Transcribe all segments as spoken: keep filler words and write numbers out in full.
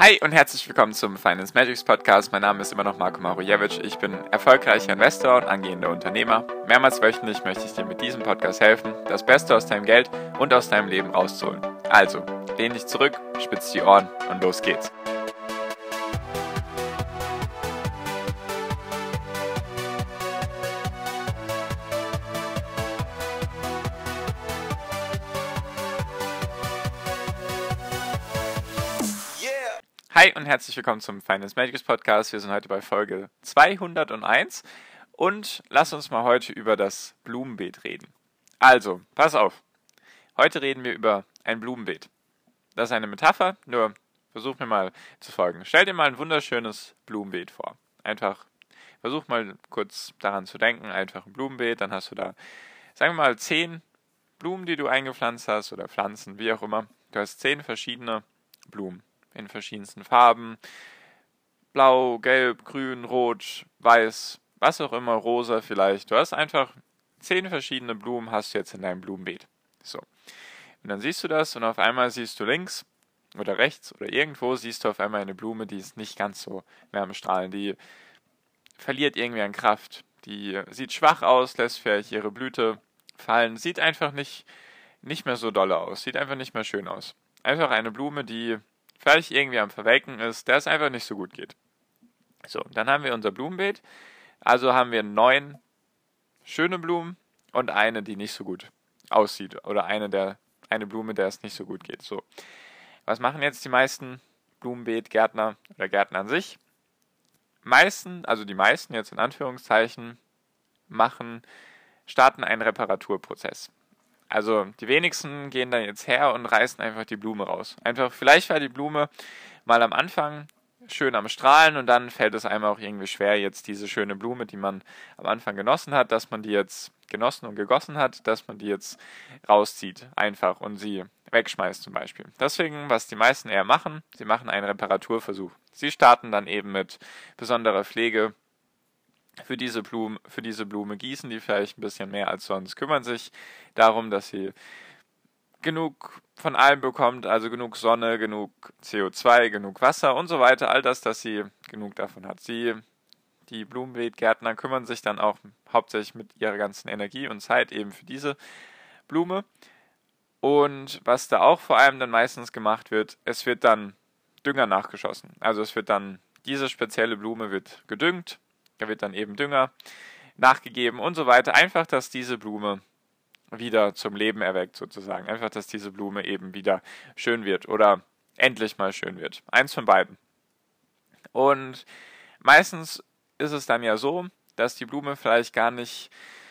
Hi und herzlich willkommen zum Finance Magics Podcast. Mein Name ist immer noch Marko Marujewicz. Ich bin erfolgreicher Investor und angehender Unternehmer. Mehrmals wöchentlich möchte ich dir mit diesem Podcast helfen, das Beste aus deinem Geld und aus deinem Leben rauszuholen. Also, lehn dich zurück, spitz die Ohren und los geht's. Hi und herzlich willkommen zum Finance Magics Podcast. Wir sind heute bei Folge zweihunderteins und lass uns mal heute über das Blumenbeet reden. Also, pass auf. Heute reden wir über ein Blumenbeet. Das ist eine Metapher, nur versuch mir mal zu folgen. Stell dir mal ein wunderschönes Blumenbeet vor. Einfach, versuch mal kurz daran zu denken, einfach ein Blumenbeet, dann hast du da, sagen wir mal, zehn Blumen, die du eingepflanzt hast oder Pflanzen, wie auch immer. Du hast zehn verschiedene Blumen. In verschiedensten Farben, blau, gelb, grün, rot, weiß, was auch immer, rosa vielleicht. Du hast einfach zehn verschiedene Blumen hast du jetzt in deinem Blumenbeet. So. Und dann siehst du das und auf einmal siehst du links oder rechts oder irgendwo siehst du auf einmal eine Blume, die ist nicht ganz so wärmestrahlend, die verliert irgendwie an Kraft, die sieht schwach aus, lässt vielleicht ihre Blüte fallen, sieht einfach nicht, nicht mehr so dolle aus, sieht einfach nicht mehr schön aus. Einfach eine Blume, die vielleicht irgendwie am Verwelken ist, der es einfach nicht so gut geht. So, dann haben wir unser Blumenbeet. Also haben wir neun schöne Blumen und eine, die nicht so gut aussieht. Oder eine, der, eine Blume, der es nicht so gut geht. So, was machen jetzt die meisten Blumenbeetgärtner oder Gärtner an sich? Meisten, also die meisten jetzt in Anführungszeichen, machen, starten einen Reparaturprozess. Also die wenigsten gehen dann jetzt her und reißen einfach die Blume raus. Einfach, vielleicht war die Blume mal am Anfang schön am Strahlen und dann fällt es einem auch irgendwie schwer, jetzt diese schöne Blume, die man am Anfang genossen hat, dass man die jetzt genossen und gegossen hat, dass man die jetzt rauszieht einfach und sie wegschmeißt zum Beispiel. Deswegen, was die meisten eher machen, sie machen einen Reparaturversuch. Sie starten dann eben mit besonderer Pflege für diese Blume, für diese Blume gießen die vielleicht ein bisschen mehr als sonst, kümmern sich darum, dass sie genug von allem bekommt, also genug Sonne, genug C O zwei, genug Wasser und so weiter, all das, dass sie genug davon hat. Sie, die Blumenbeetgärtner kümmern sich dann auch hauptsächlich mit ihrer ganzen Energie und Zeit eben für diese Blume. Und was da auch vor allem dann meistens gemacht wird, es wird dann Dünger nachgeschossen. Also es wird dann, diese spezielle Blume wird gedüngt, da wird dann eben Dünger nachgegeben und so weiter. Einfach, dass diese Blume wieder zum Leben erweckt sozusagen. Einfach, dass diese Blume eben wieder schön wird oder endlich mal schön wird. Eins von beiden. Und meistens ist es dann ja so, dass die Blume vielleicht gar nicht,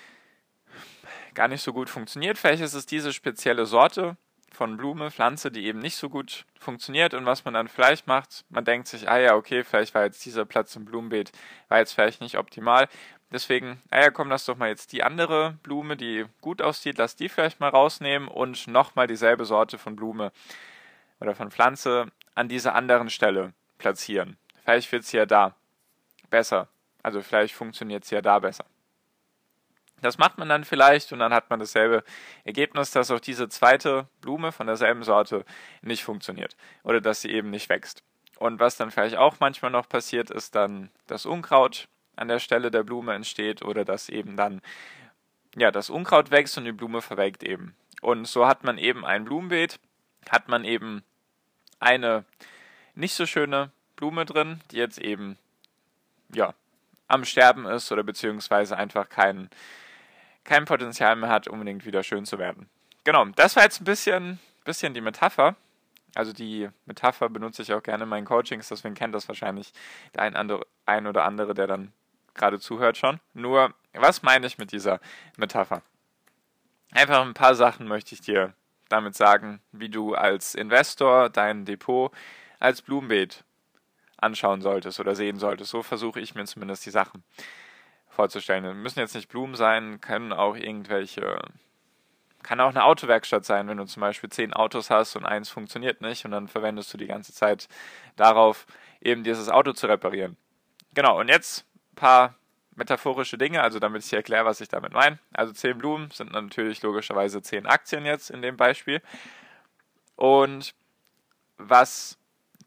gar nicht so gut funktioniert. Vielleicht ist es diese spezielle Sorte von Blume, Pflanze, die eben nicht so gut funktioniert und was man dann vielleicht macht, man denkt sich, ah ja, okay, vielleicht war jetzt dieser Platz im Blumenbeet, war jetzt vielleicht nicht optimal, deswegen, ah ja, komm, lass doch mal jetzt die andere Blume, die gut aussieht, lass die vielleicht mal rausnehmen und nochmal dieselbe Sorte von Blume oder von Pflanze an dieser anderen Stelle platzieren. Vielleicht wird es ja da besser, also vielleicht funktioniert es ja da besser. Das macht man dann vielleicht und dann hat man dasselbe Ergebnis, dass auch diese zweite Blume von derselben Sorte nicht funktioniert oder dass sie eben nicht wächst. Und was dann vielleicht auch manchmal noch passiert, ist dann, dass Unkraut an der Stelle der Blume entsteht oder dass eben dann ja das Unkraut wächst und die Blume verwelkt eben. Und so hat man eben ein Blumenbeet, hat man eben eine nicht so schöne Blume drin, die jetzt eben ja am Sterben ist oder beziehungsweise einfach keinen kein Potenzial mehr hat, unbedingt wieder schön zu werden. Genau, das war jetzt ein bisschen, bisschen die Metapher. Also die Metapher benutze ich auch gerne in meinen Coachings, deswegen kennt das wahrscheinlich der ein, andere, ein oder andere, der dann gerade zuhört schon. Nur, was meine ich mit dieser Metapher? Einfach ein paar Sachen möchte ich dir damit sagen, wie du als Investor dein Depot als Blumenbeet anschauen solltest oder sehen solltest. So versuche ich mir zumindest die Sachen vorzustellen. Müssen jetzt nicht Blumen sein, können auch irgendwelche, kann auch eine Autowerkstatt sein, wenn du zum Beispiel zehn Autos hast und eins funktioniert nicht und dann verwendest du die ganze Zeit darauf, eben dieses Auto zu reparieren. Genau, und jetzt ein paar metaphorische Dinge, also damit ich dir erkläre, was ich damit meine. Also zehn Blumen sind natürlich logischerweise zehn Aktien jetzt in dem Beispiel. Und was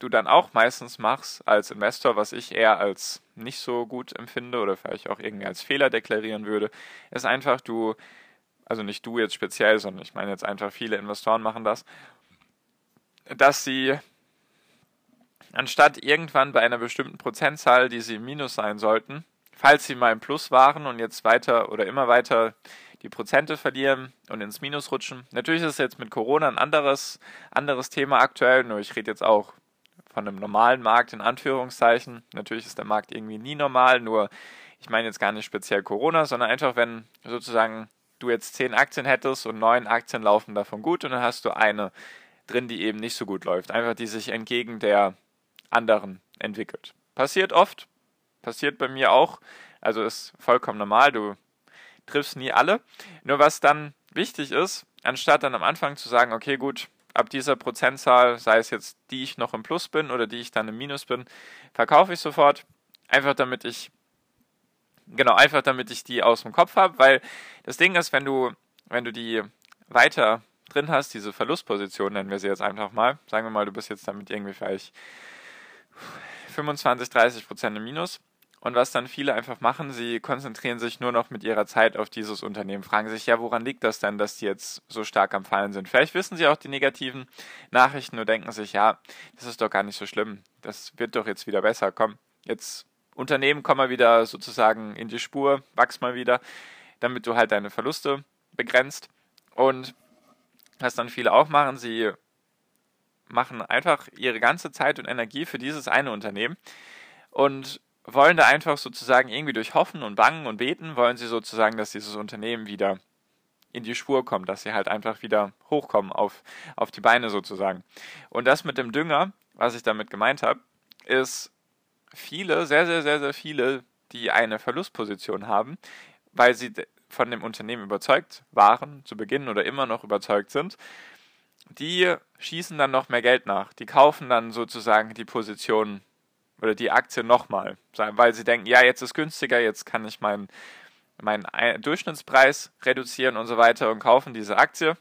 du dann auch meistens machst als Investor, was ich eher als nicht so gut empfinde oder vielleicht auch irgendwie als Fehler deklarieren würde, ist einfach du, also nicht du jetzt speziell, sondern ich meine jetzt einfach viele Investoren machen das, dass sie anstatt irgendwann bei einer bestimmten Prozentzahl, die sie im Minus sein sollten, falls sie mal im Plus waren und jetzt weiter oder immer weiter die Prozente verlieren und ins Minus rutschen. Natürlich ist es jetzt mit Corona ein anderes, anderes Thema aktuell, nur ich rede jetzt auch von einem normalen Markt in Anführungszeichen. Natürlich ist der Markt irgendwie nie normal, nur ich meine jetzt gar nicht speziell Corona, sondern einfach, wenn sozusagen du jetzt zehn Aktien hättest und neun Aktien laufen davon gut und dann hast du eine drin, die eben nicht so gut läuft. Einfach die sich entgegen der anderen entwickelt. Passiert oft, passiert bei mir auch, also ist vollkommen normal, du triffst nie alle. Nur was dann wichtig ist, anstatt dann am Anfang zu sagen, okay gut, ab dieser Prozentzahl, sei es jetzt die ich noch im Plus bin oder die ich dann im Minus bin, verkaufe ich sofort, einfach damit ich genau, einfach damit ich die aus dem Kopf habe, weil das Ding ist, wenn du wenn du die weiter drin hast, diese Verlustposition, nennen wir sie jetzt einfach mal, sagen wir mal, du bist jetzt damit irgendwie vielleicht fünfundzwanzig, dreißig Prozent im Minus. Und was dann viele einfach machen, sie konzentrieren sich nur noch mit ihrer Zeit auf dieses Unternehmen, fragen sich, ja, woran liegt das denn, dass die jetzt so stark am Fallen sind? Vielleicht wissen sie auch die negativen Nachrichten und denken sich, ja, das ist doch gar nicht so schlimm, das wird doch jetzt wieder besser, komm, jetzt Unternehmen, komm mal wieder sozusagen in die Spur, wachs mal wieder, damit du halt deine Verluste begrenzt. Und was dann viele auch machen, sie machen einfach ihre ganze Zeit und Energie für dieses eine Unternehmen und wollen da einfach sozusagen irgendwie durch Hoffen und Bangen und Beten, wollen sie sozusagen, dass dieses Unternehmen wieder in die Spur kommt, dass sie halt einfach wieder hochkommen auf, auf die Beine sozusagen. Und das mit dem Dünger, was ich damit gemeint habe, ist viele, sehr, sehr, sehr, sehr viele, die eine Verlustposition haben, weil sie von dem Unternehmen überzeugt waren, zu Beginn oder immer noch überzeugt sind, die schießen dann noch mehr Geld nach. Die kaufen dann sozusagen die Position oder die Aktie nochmal, weil sie denken, ja, jetzt ist günstiger, jetzt kann ich meinen, meinen Durchschnittspreis reduzieren und so weiter und kaufen diese Aktie.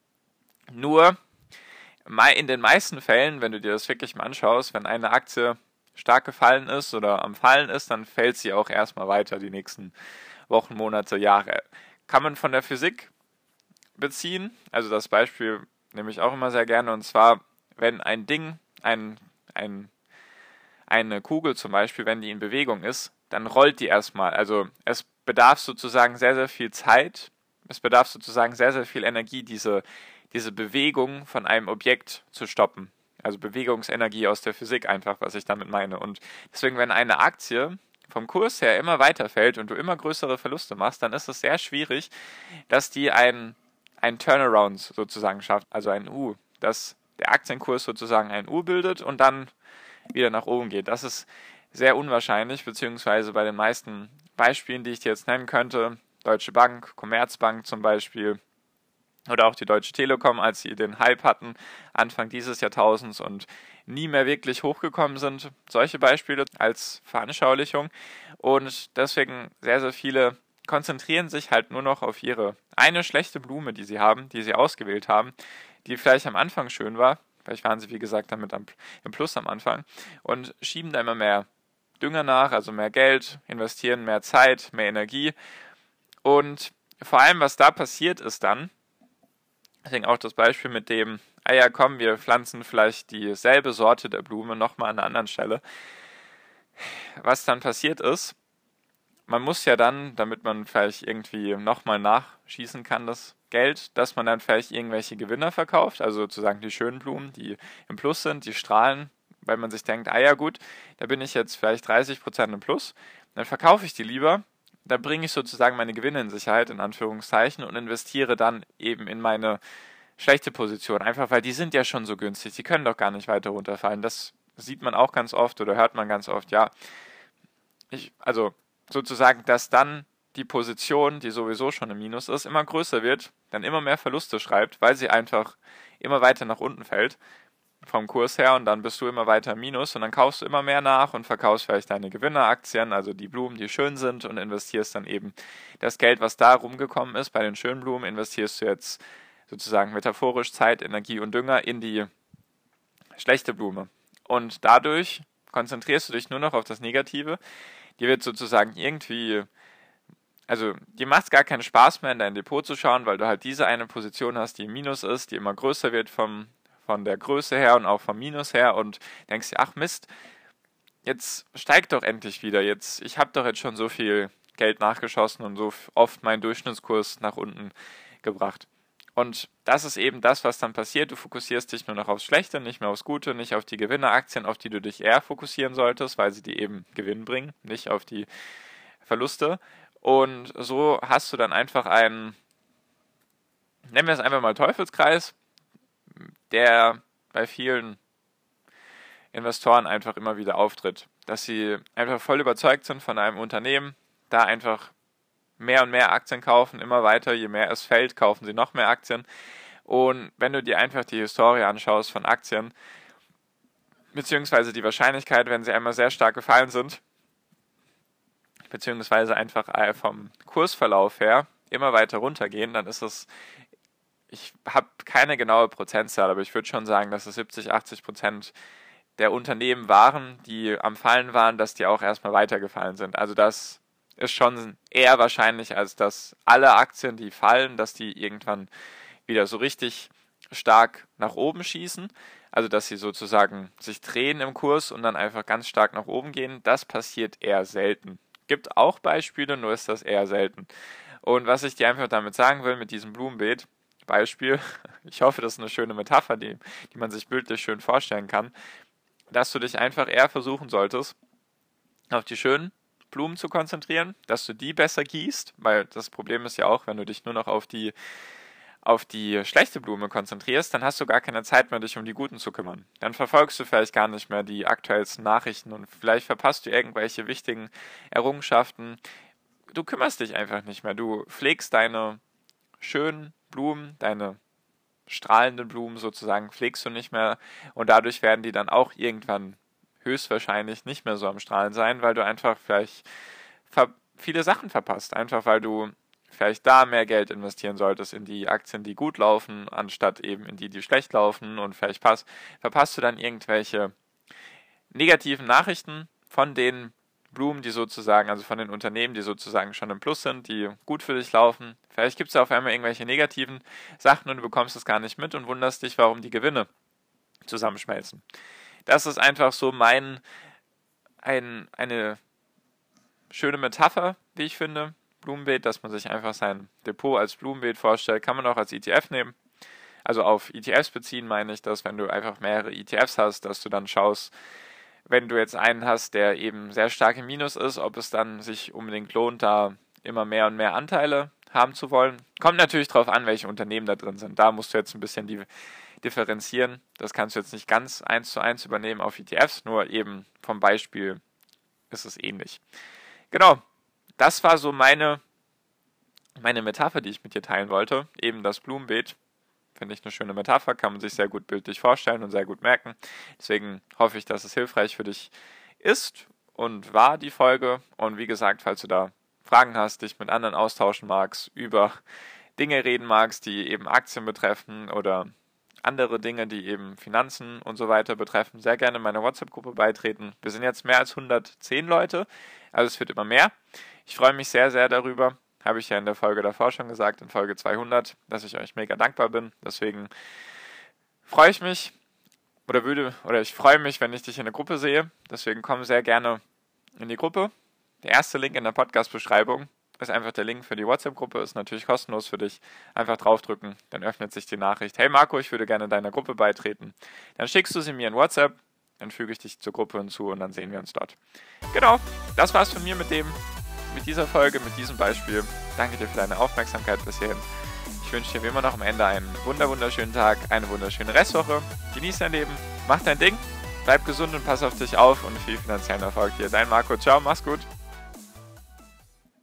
Nur in den meisten Fällen, wenn du dir das wirklich mal anschaust, wenn eine Aktie stark gefallen ist oder am Fallen ist, dann fällt sie auch erstmal weiter die nächsten Wochen, Monate, Jahre. Kann man von der Physik beziehen, also das Beispiel nehme ich auch immer sehr gerne, und zwar, wenn ein Ding, ein, ein, eine Kugel zum Beispiel, wenn die in Bewegung ist, dann rollt die erstmal. Also es bedarf sozusagen sehr, sehr viel Zeit, es bedarf sozusagen sehr, sehr viel Energie, diese, diese Bewegung von einem Objekt zu stoppen. Also Bewegungsenergie aus der Physik einfach, was ich damit meine. Und deswegen, wenn eine Aktie vom Kurs her immer weiter fällt und du immer größere Verluste machst, dann ist es sehr schwierig, dass die ein ein Turnaround sozusagen schafft, also ein U, dass der Aktienkurs sozusagen ein U bildet und dann wieder nach oben geht. Das ist sehr unwahrscheinlich, beziehungsweise bei den meisten Beispielen, die ich dir jetzt nennen könnte, Deutsche Bank, Commerzbank zum Beispiel oder auch die Deutsche Telekom, als sie den Hype hatten, Anfang dieses Jahrtausends und nie mehr wirklich hochgekommen sind. Solche Beispiele als Veranschaulichung und deswegen sehr, sehr viele konzentrieren sich halt nur noch auf ihre eine schlechte Blume, die sie haben, die sie ausgewählt haben, die vielleicht am Anfang schön war, vielleicht waren sie, wie gesagt, damit am, im Plus am Anfang, und schieben da immer mehr Dünger nach, also mehr Geld, investieren mehr Zeit, mehr Energie. Und vor allem, was da passiert ist dann, deswegen auch das Beispiel mit dem, ah ja, komm, wir pflanzen vielleicht dieselbe Sorte der Blume nochmal an einer anderen Stelle. Was dann passiert ist, man muss ja dann, damit man vielleicht irgendwie nochmal nachschießen kann, das Geld, dass man dann vielleicht irgendwelche Gewinner verkauft, also sozusagen die schönen Blumen, die im Plus sind, die strahlen, weil man sich denkt, ah ja gut, da bin ich jetzt vielleicht dreißig Prozent im Plus, dann verkaufe ich die lieber, da bringe ich sozusagen meine Gewinne in Sicherheit, in Anführungszeichen, und investiere dann eben in meine schlechte Position, einfach weil die sind ja schon so günstig, die können doch gar nicht weiter runterfallen. Das sieht man auch ganz oft oder hört man ganz oft, ja, ich, also sozusagen, dass dann die Position, die sowieso schon im Minus ist, immer größer wird, dann immer mehr Verluste schreibt, weil sie einfach immer weiter nach unten fällt vom Kurs her und dann bist du immer weiter im Minus und dann kaufst du immer mehr nach und verkaufst vielleicht deine Gewinneraktien, also die Blumen, die schön sind, und investierst dann eben das Geld, was da rumgekommen ist, bei den schönen Blumen investierst du jetzt sozusagen metaphorisch Zeit, Energie und Dünger in die schlechte Blume. Und dadurch konzentrierst du dich nur noch auf das Negative. Dir wird sozusagen irgendwie, also dir macht es gar keinen Spaß mehr in dein Depot zu schauen, weil du halt diese eine Position hast, die im Minus ist, die immer größer wird vom, von der Größe her und auch vom Minus her und denkst dir, ach Mist, jetzt steigt doch endlich wieder, jetzt, ich habe doch jetzt schon so viel Geld nachgeschossen und so oft meinen Durchschnittskurs nach unten gebracht. Und das ist eben das, was dann passiert. Du fokussierst dich nur noch aufs Schlechte, nicht mehr aufs Gute, nicht auf die Gewinneraktien, auf die du dich eher fokussieren solltest, weil sie dir eben Gewinn bringen, nicht auf die Verluste. Und so hast du dann einfach einen, nennen wir es einfach mal Teufelskreis, der bei vielen Investoren einfach immer wieder auftritt. Dass sie einfach voll überzeugt sind von einem Unternehmen, da einfach mehr und mehr Aktien kaufen, immer weiter, je mehr es fällt, kaufen sie noch mehr Aktien. Und wenn du dir einfach die Historie anschaust von Aktien, beziehungsweise die Wahrscheinlichkeit, wenn sie einmal sehr stark gefallen sind, beziehungsweise einfach vom Kursverlauf her immer weiter runtergehen, dann ist es, ich habe keine genaue Prozentzahl, aber ich würde schon sagen, dass es siebzig, achtzig Prozent der Unternehmen waren, die am Fallen waren, dass die auch erstmal weitergefallen sind. Also das ist schon eher wahrscheinlich, als dass alle Aktien, die fallen, dass die irgendwann wieder so richtig stark nach oben schießen. Also dass sie sozusagen sich drehen im Kurs und dann einfach ganz stark nach oben gehen. Das passiert eher selten. Gibt auch Beispiele, nur ist das eher selten. Und was ich dir einfach damit sagen will, mit diesem Blumenbeet-Beispiel, ich hoffe, das ist eine schöne Metapher, die, die man sich bildlich schön vorstellen kann, dass du dich einfach eher versuchen solltest, auf die schönen Blumen zu konzentrieren, dass du die besser gießt, weil das Problem ist ja auch, wenn du dich nur noch auf die, auf die schlechte Blume konzentrierst, dann hast du gar keine Zeit mehr, dich um die guten zu kümmern. Dann verfolgst du vielleicht gar nicht mehr die aktuellsten Nachrichten und vielleicht verpasst du irgendwelche wichtigen Errungenschaften. Du kümmerst dich einfach nicht mehr. Du pflegst deine schönen Blumen, deine strahlenden Blumen sozusagen, pflegst du nicht mehr und dadurch werden die dann auch irgendwann höchstwahrscheinlich nicht mehr so am Strahlen sein, weil du einfach vielleicht viele Sachen verpasst. Einfach weil du vielleicht da mehr Geld investieren solltest in die Aktien, die gut laufen, anstatt eben in die, die schlecht laufen und vielleicht pass, verpasst du dann irgendwelche negativen Nachrichten von den Blumen, die sozusagen, also von den Unternehmen, die sozusagen schon im Plus sind, die gut für dich laufen. Vielleicht gibt es auf einmal irgendwelche negativen Sachen und du bekommst es gar nicht mit und wunderst dich, warum die Gewinne zusammenschmelzen. Das ist einfach so mein, ein, eine schöne Metapher, wie ich finde, Blumenbeet, dass man sich einfach sein Depot als Blumenbeet vorstellt, kann man auch als E T F nehmen. Also auf E T Fs beziehen meine ich, dass wenn du einfach mehrere E T Fs hast, dass du dann schaust, wenn du jetzt einen hast, der eben sehr stark im Minus ist, ob es dann sich unbedingt lohnt, da immer mehr und mehr Anteile haben zu wollen. Kommt natürlich darauf an, welche Unternehmen da drin sind. Da musst du jetzt ein bisschen die differenzieren. Das kannst du jetzt nicht ganz eins zu eins übernehmen auf E T Fs, nur eben vom Beispiel ist es ähnlich. Genau, das war so meine, meine Metapher, die ich mit dir teilen wollte. Eben das Blumenbeet. Finde ich eine schöne Metapher, kann man sich sehr gut bildlich vorstellen und sehr gut merken. Deswegen hoffe ich, dass es hilfreich für dich ist und war die Folge. Und wie gesagt, falls du da Fragen hast, dich mit anderen austauschen magst, über Dinge reden magst, die eben Aktien betreffen oder andere Dinge, die eben Finanzen und so weiter betreffen, sehr gerne meiner WhatsApp-Gruppe beitreten. Wir sind jetzt mehr als hundertzehn Leute, also es wird immer mehr. Ich freue mich sehr, sehr darüber. Habe ich ja in der Folge davor schon gesagt, in Folge zweihundert, dass ich euch mega dankbar bin. Deswegen freue ich mich oder würde oder ich freue mich, wenn ich dich in der Gruppe sehe. Deswegen komm sehr gerne in die Gruppe. Der erste Link in der Podcast-Beschreibung ist einfach der Link für die WhatsApp-Gruppe. Ist natürlich kostenlos für dich. Einfach draufdrücken, dann öffnet sich die Nachricht. Hey Marco, ich würde gerne deiner Gruppe beitreten. Dann schickst du sie mir in WhatsApp, dann füge ich dich zur Gruppe hinzu und dann sehen wir uns dort. Genau, das war's von mir mit dem mit dieser Folge, mit diesem Beispiel. Danke dir für deine Aufmerksamkeit bis hierhin. Ich wünsche dir wie immer noch am Ende einen wunder wunderschönen Tag, eine wunderschöne Restwoche. Genieß dein Leben, mach dein Ding, bleib gesund und pass auf dich auf und viel finanziellen Erfolg dir. Dein Marco, ciao, mach's gut.